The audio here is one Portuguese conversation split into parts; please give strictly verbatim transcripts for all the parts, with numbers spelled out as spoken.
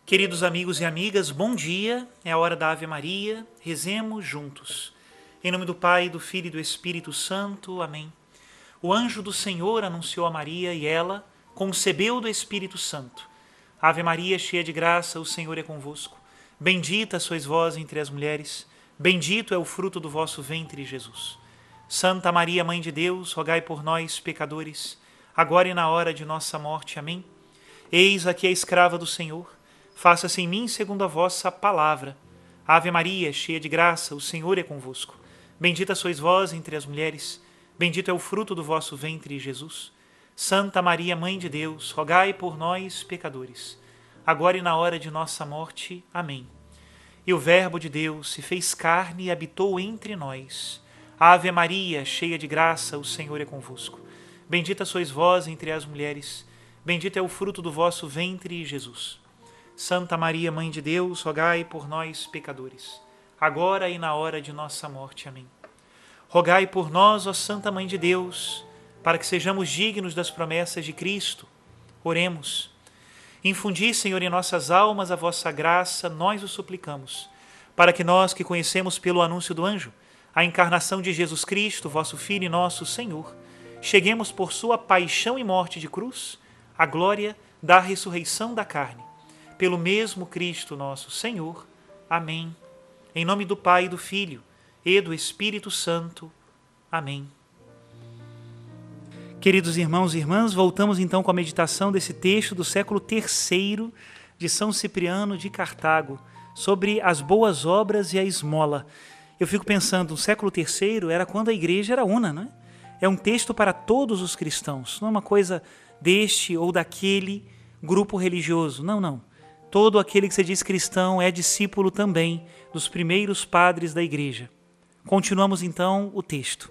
Queridos amigos e amigas, bom dia, é a hora da Ave Maria, rezemos juntos. Em nome do Pai, do Filho e do Espírito Santo, amém. O anjo do Senhor anunciou a Maria e ela concebeu do Espírito Santo. Ave Maria, cheia de graça, o Senhor é convosco. Bendita sois vós entre as mulheres, bendito é o fruto do vosso ventre, Jesus. Santa Maria, Mãe de Deus, rogai por nós, pecadores, agora e na hora de nossa morte, amém. Eis aqui a escrava do Senhor. Faça-se em mim segundo a vossa palavra. Ave Maria, cheia de graça, o Senhor é convosco. Bendita sois vós entre as mulheres, bendito é o fruto do vosso ventre, Jesus. Santa Maria, Mãe de Deus, rogai por nós, pecadores, agora e na hora de nossa morte. Amém. E o Verbo de Deus se fez carne e habitou entre nós. Ave Maria, cheia de graça, o Senhor é convosco. Bendita sois vós entre as mulheres, bendito é o fruto do vosso ventre, Jesus. Santa Maria, Mãe de Deus, rogai por nós, pecadores, agora e na hora de nossa morte. Amém. Rogai por nós, ó Santa Mãe de Deus, para que sejamos dignos das promessas de Cristo. Oremos. Infundi, Senhor, em nossas almas a vossa graça, nós o suplicamos, para que nós, que conhecemos pelo anúncio do anjo a encarnação de Jesus Cristo, vosso Filho e nosso Senhor, cheguemos por sua paixão e morte de cruz à glória da ressurreição da carne. Pelo mesmo Cristo nosso Senhor. Amém. Em nome do Pai, do Filho e do Espírito Santo. Amém. Queridos irmãos e irmãs, voltamos então com a meditação desse texto do século terceiro de São Cipriano de Cartago, sobre as boas obras e a esmola. Eu fico pensando, no século terceiro era quando a igreja era una, não é? É um texto para todos os cristãos, não é uma coisa deste ou daquele grupo religioso, não, não. Todo aquele que se diz cristão é discípulo também dos primeiros padres da igreja. Continuamos então o texto.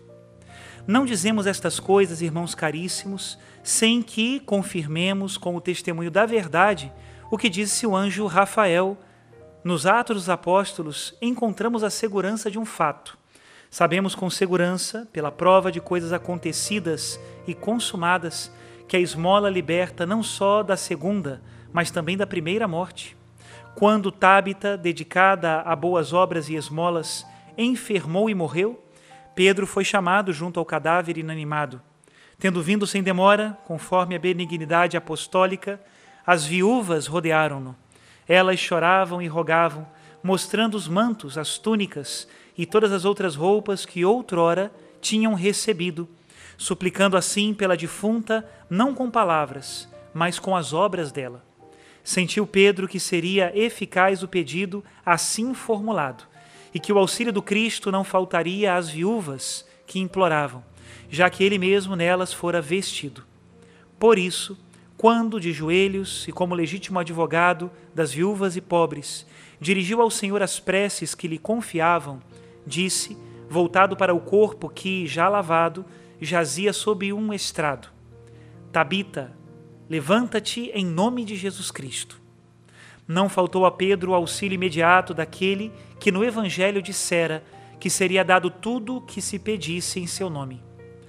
Não dizemos estas coisas, irmãos caríssimos, sem que confirmemos com o testemunho da verdade o que disse o anjo Rafael. Nos Atos dos Apóstolos encontramos a segurança de um fato. Sabemos com segurança, pela prova de coisas acontecidas e consumadas, que a esmola liberta não só da segunda, mas também da primeira morte. Quando Tábita, dedicada a boas obras e esmolas, enfermou e morreu, Pedro foi chamado junto ao cadáver inanimado. Tendo vindo sem demora, conforme a benignidade apostólica, as viúvas rodearam-no. Elas choravam e rogavam, mostrando os mantos, as túnicas e todas as outras roupas que outrora tinham recebido, suplicando assim pela defunta, não com palavras, mas com as obras dela. Sentiu Pedro que seria eficaz o pedido assim formulado, e que o auxílio do Cristo não faltaria às viúvas que imploravam, já que ele mesmo nelas fora vestido. Por isso, quando de joelhos e como legítimo advogado das viúvas e pobres, dirigiu ao Senhor as preces que lhe confiavam, disse, voltado para o corpo que, já lavado, jazia sob um estrado: Tabita, levanta-te em nome de Jesus Cristo. Não faltou a Pedro o auxílio imediato daquele que no Evangelho dissera que seria dado tudo o que se pedisse em seu nome.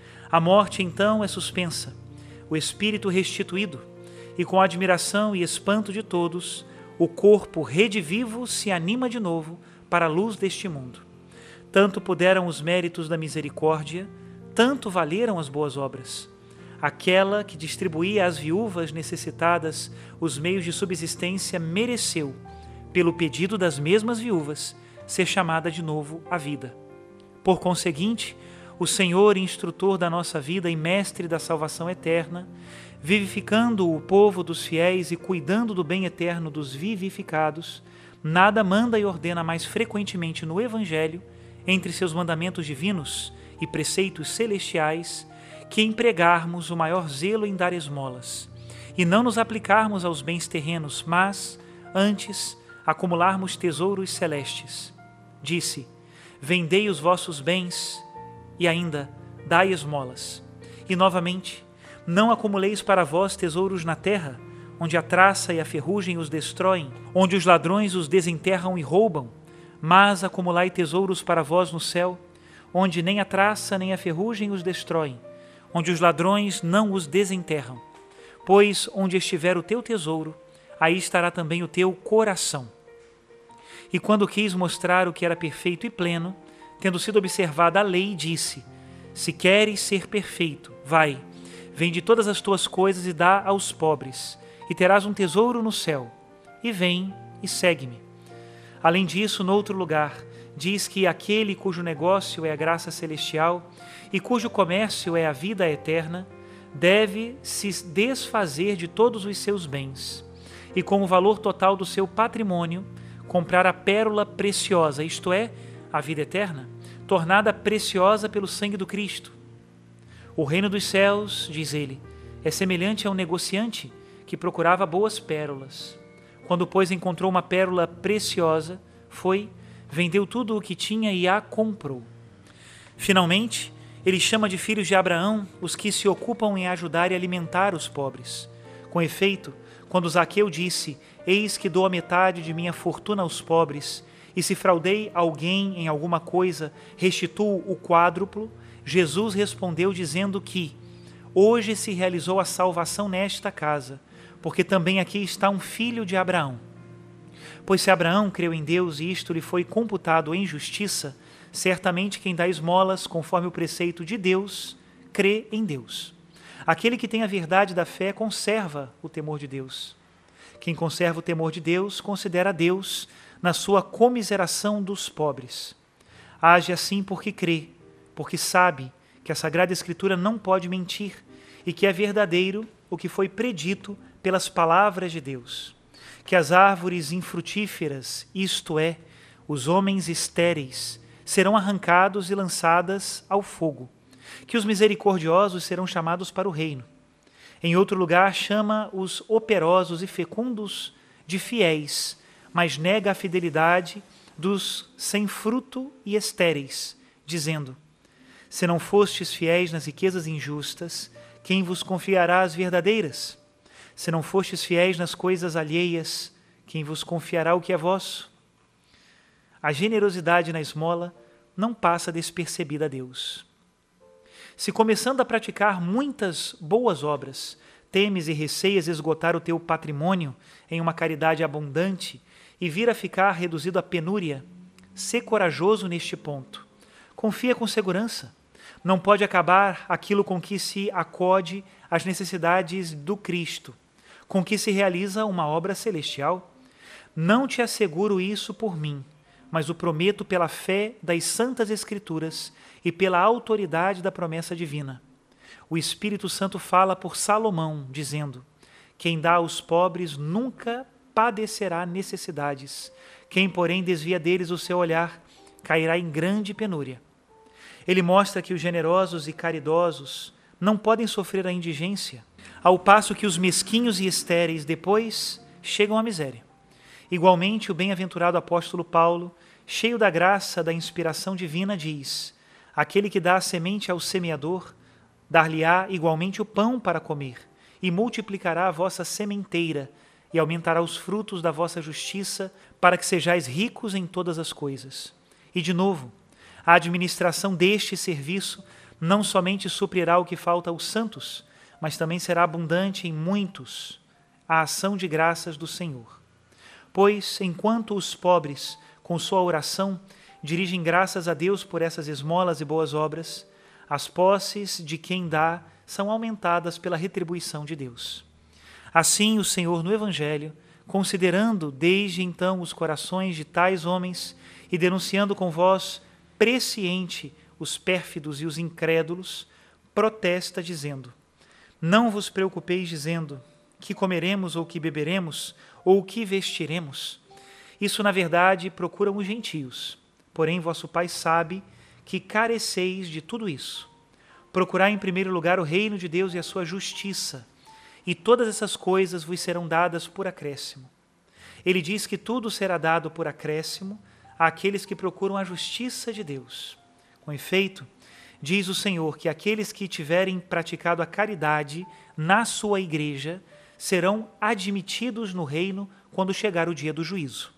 A morte, então, é suspensa, o espírito restituído, e com a admiração e espanto de todos, o corpo redivivo se anima de novo para a luz deste mundo. Tanto puderam os méritos da misericórdia, tanto valeram as boas obras. Aquela que distribuía às viúvas necessitadas os meios de subsistência mereceu, pelo pedido das mesmas viúvas, ser chamada de novo à vida. Por conseguinte, o Senhor, instrutor da nossa vida e mestre da salvação eterna, vivificando o povo dos fiéis e cuidando do bem eterno dos vivificados, nada manda e ordena mais frequentemente no Evangelho, entre seus mandamentos divinos e preceitos celestiais, que empregarmos o maior zelo em dar esmolas, e não nos aplicarmos aos bens terrenos, mas, antes, acumularmos tesouros celestes. Disse, vendei os vossos bens, e ainda, dai esmolas. E, novamente, não acumuleis para vós tesouros na terra, onde a traça e a ferrugem os destroem, onde os ladrões os desenterram e roubam, mas acumulai tesouros para vós no céu, onde nem a traça nem a ferrugem os destroem, onde os ladrões não os desenterram. Pois onde estiver o teu tesouro, aí estará também o teu coração. E quando quis mostrar o que era perfeito e pleno, tendo sido observada a lei, disse: se queres ser perfeito, vai, vende todas as tuas coisas e dá aos pobres, e terás um tesouro no céu. E vem e segue-me. Além disso, noutro lugar, diz que aquele cujo negócio é a graça celestial e cujo comércio é a vida eterna, deve se desfazer de todos os seus bens e, com o valor total do seu patrimônio, comprar a pérola preciosa, isto é, a vida eterna, tornada preciosa pelo sangue do Cristo. O reino dos céus, diz ele, é semelhante a um negociante que procurava boas pérolas. Quando, pois, encontrou uma pérola preciosa, foi, vendeu tudo o que tinha e a comprou. Finalmente, ele chama de filhos de Abraão os que se ocupam em ajudar e alimentar os pobres. Com efeito, quando Zaqueu disse: eis que dou a metade de minha fortuna aos pobres, e se fraudei alguém em alguma coisa, restituo o quádruplo, Jesus respondeu dizendo que hoje se realizou a salvação nesta casa, porque também aqui está um filho de Abraão. Pois se Abraão creu em Deus e isto lhe foi computado em justiça, certamente quem dá esmolas conforme o preceito de Deus, crê em Deus. Aquele que tem a verdade da fé conserva o temor de Deus. Quem conserva o temor de Deus considera Deus na sua comiseração dos pobres. Age assim porque crê, porque sabe que a Sagrada Escritura não pode mentir e que é verdadeiro o que foi predito pelas palavras de Deus. Que as árvores infrutíferas, isto é, os homens estéreis, serão arrancados e lançadas ao fogo, que os misericordiosos serão chamados para o reino. Em outro lugar, chama os operosos e fecundos de fiéis, mas nega a fidelidade dos sem fruto e estéreis, dizendo: se não fostes fiéis nas riquezas injustas, quem vos confiará as verdadeiras? Se não fostes fiéis nas coisas alheias, quem vos confiará o que é vosso? A generosidade na esmola não passa despercebida a Deus. Se começando a praticar muitas boas obras, temes e receias esgotar o teu patrimônio em uma caridade abundante e vir a ficar reduzido à penúria, sê corajoso neste ponto. Confia com segurança. Não pode acabar aquilo com que se acode às necessidades do Cristo, com que se realiza uma obra celestial. Não te asseguro isso por mim, mas o prometo pela fé das Santas Escrituras e pela autoridade da promessa divina. O Espírito Santo fala por Salomão, dizendo: quem dá aos pobres nunca padecerá necessidades, quem, porém, desvia deles o seu olhar, cairá em grande penúria. Ele mostra que os generosos e caridosos não podem sofrer a indigência, ao passo que os mesquinhos e estéreis depois chegam à miséria. Igualmente, o bem-aventurado apóstolo Paulo, cheio da graça da inspiração divina, diz: aquele que dá a semente ao semeador, dar-lhe-á igualmente o pão para comer, e multiplicará a vossa sementeira, e aumentará os frutos da vossa justiça, para que sejais ricos em todas as coisas. E, de novo, a administração deste serviço não somente suprirá o que falta aos santos, mas também será abundante em muitos a ação de graças do Senhor. Pois, enquanto os pobres, com sua oração, dirigem graças a Deus por essas esmolas e boas obras, as posses de quem dá são aumentadas pela retribuição de Deus. Assim, o Senhor, no Evangelho, considerando desde então os corações de tais homens e denunciando com voz presciente os pérfidos e os incrédulos, protesta dizendo: não vos preocupeis dizendo que comeremos ou que beberemos ou o que vestiremos. Isso, na verdade, procuram os gentios. Porém, vosso Pai sabe que careceis de tudo isso. Procurai em primeiro lugar o reino de Deus e a sua justiça, e todas essas coisas vos serão dadas por acréscimo. Ele diz que tudo será dado por acréscimo àqueles que procuram a justiça de Deus. Com efeito, diz o Senhor que aqueles que tiverem praticado a caridade na sua igreja serão admitidos no reino quando chegar o dia do juízo.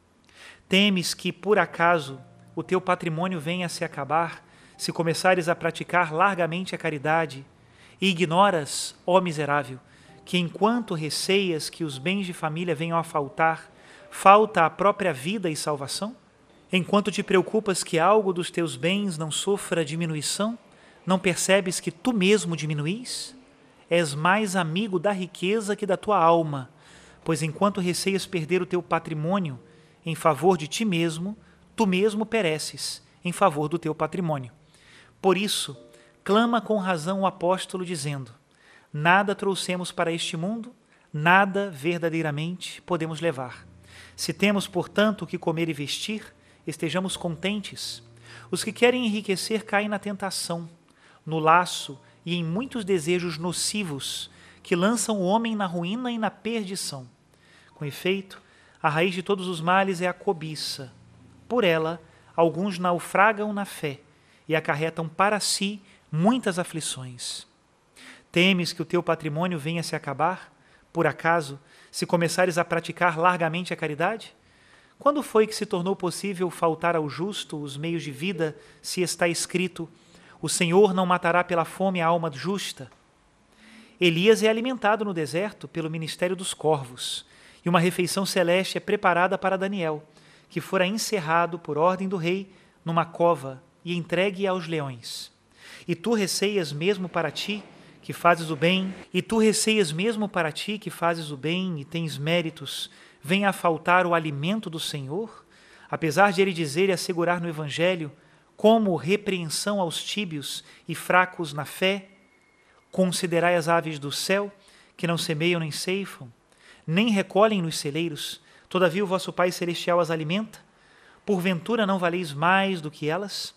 Temes que, por acaso, o teu patrimônio venha a se acabar, se começares a praticar largamente a caridade, e ignoras, ó miserável, que enquanto receias que os bens de família venham a faltar, falta a própria vida e salvação? Enquanto te preocupas que algo dos teus bens não sofra diminuição, não percebes que tu mesmo diminuís? És mais amigo da riqueza que da tua alma, pois enquanto receias perder o teu patrimônio em favor de ti mesmo, tu mesmo pereces em favor do teu patrimônio. Por isso, clama com razão o apóstolo dizendo: nada trouxemos para este mundo, nada verdadeiramente podemos levar. Se temos, portanto, o que comer e vestir, estejamos contentes. Os que querem enriquecer caem na tentação, no laço e em muitos desejos nocivos que lançam o homem na ruína e na perdição. Com efeito, a raiz de todos os males é a cobiça. Por ela, alguns naufragam na fé e acarretam para si muitas aflições. Temes que o teu patrimônio venha a se acabar, por acaso, se começares a praticar largamente a caridade? Quando foi que se tornou possível faltar ao justo os meios de vida, se está escrito: o Senhor não matará pela fome a alma justa? Elias é alimentado no deserto pelo ministério dos corvos, e uma refeição celeste é preparada para Daniel, que fora encerrado por ordem do rei numa cova e entregue aos leões. E tu receias mesmo para ti, que fazes o bem, e tu receias mesmo para ti, que fazes o bem e tens méritos, venha a faltar o alimento do Senhor? Apesar de ele dizer e assegurar no Evangelho, como repreensão aos tíbios e fracos na fé, considerai as aves do céu, que não semeiam nem ceifam, nem recolhem nos celeiros, todavia o vosso Pai Celestial as alimenta? Porventura não valeis mais do que elas?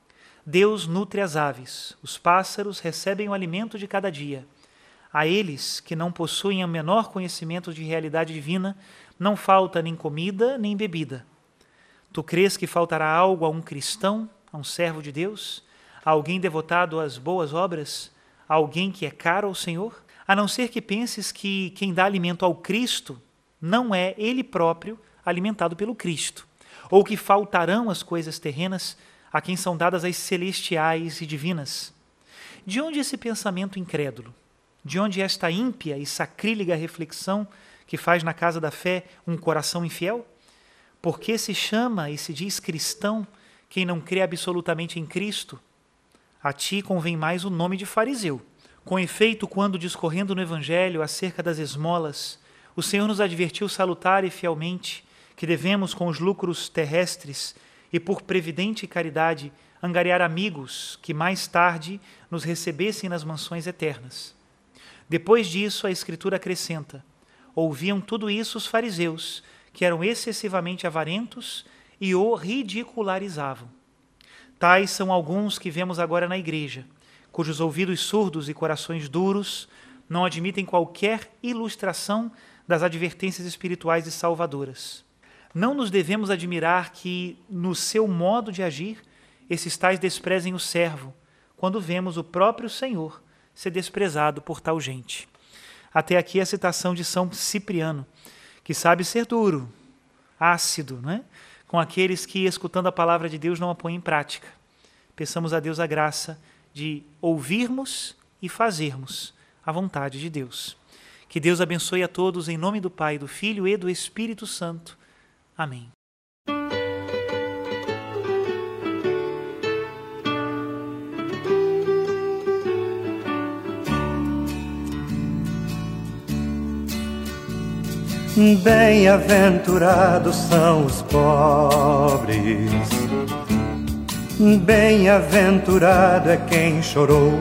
Deus nutre as aves, os pássaros recebem o alimento de cada dia. A eles, que não possuem o menor conhecimento de realidade divina, não falta nem comida nem bebida. Tu crês que faltará algo a um cristão, a um servo de Deus, a alguém devotado às boas obras, a alguém que é caro ao Senhor? A não ser que penses que quem dá alimento ao Cristo não é ele próprio alimentado pelo Cristo, ou que faltarão as coisas terrenas a quem são dadas as celestiais e divinas. De onde esse pensamento incrédulo? De onde esta ímpia e sacrílega reflexão que faz na casa da fé um coração infiel? Por que se chama e se diz cristão quem não crê absolutamente em Cristo? A ti convém mais o nome de fariseu. Com efeito, quando discorrendo no Evangelho acerca das esmolas, o Senhor nos advertiu salutar e fielmente que devemos, com os lucros terrestres e por previdente caridade, angariar amigos que mais tarde nos recebessem nas mansões eternas. Depois disso, a Escritura acrescenta: ouviam tudo isso os fariseus, que eram excessivamente avarentos e o ridicularizavam. Tais são alguns que vemos agora na igreja, cujos ouvidos surdos e corações duros não admitem qualquer ilustração das advertências espirituais e salvadoras. Não nos devemos admirar que, no seu modo de agir, esses tais desprezem o servo, quando vemos o próprio Senhor ser desprezado por tal gente. Até aqui a citação de São Cipriano, que sabe ser duro, ácido, né? Com aqueles que, escutando a palavra de Deus, não a põem em prática. Peçamos a Deus a graça de ouvirmos e fazermos a vontade de Deus. Que Deus abençoe a todos em nome do Pai, do Filho e do Espírito Santo. Amém. Bem-aventurados são os pobres, bem-aventurado é quem chorou,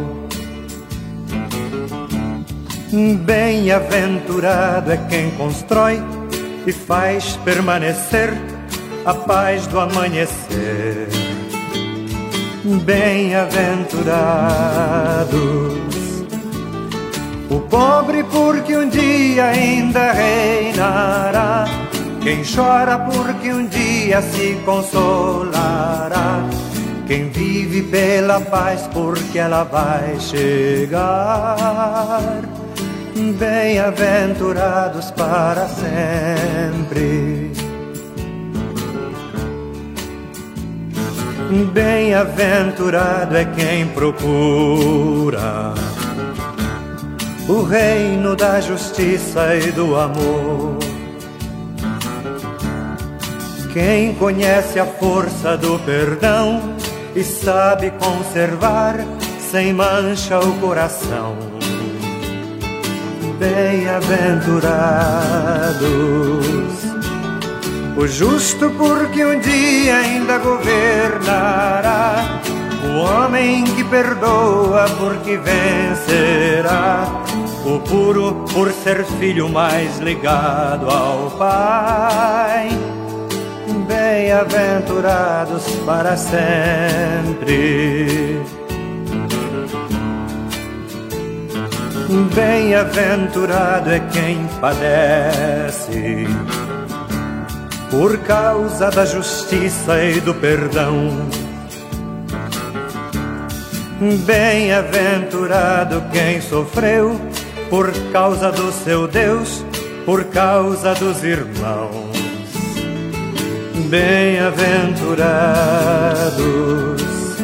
bem-aventurado é quem constrói e faz permanecer a paz do amanhecer. Bem-aventurados o pobre, porque um dia ainda reinará, quem chora porque um dia se consolará, quem vive pela paz porque ela vai chegar. Bem-aventurados para sempre. Bem-aventurado é quem procura o reino da justiça e do amor. Quem conhece a força do perdão e sabe conservar sem mancha o coração. Bem-aventurados o justo, porque um dia ainda governará. O homem que perdoa, porque vencerá. O puro, por ser filho mais ligado ao Pai. Bem-aventurados para sempre. Bem-aventurado é quem padece por causa da justiça e do perdão. Bem-aventurado quem sofreu por causa do seu Deus, por causa dos irmãos. Bem-aventurados,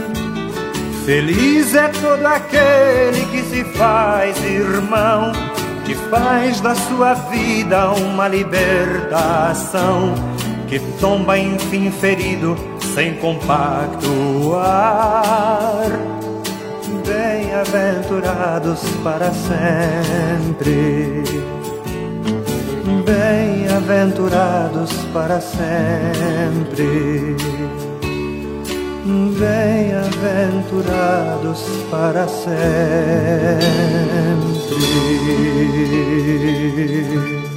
feliz é todo aquele que se faz irmão, que faz da sua vida uma libertação, que tomba enfim ferido sem compactuar. Bem-aventurados para sempre. Bem-aventurados para sempre. Bem-aventurados para sempre.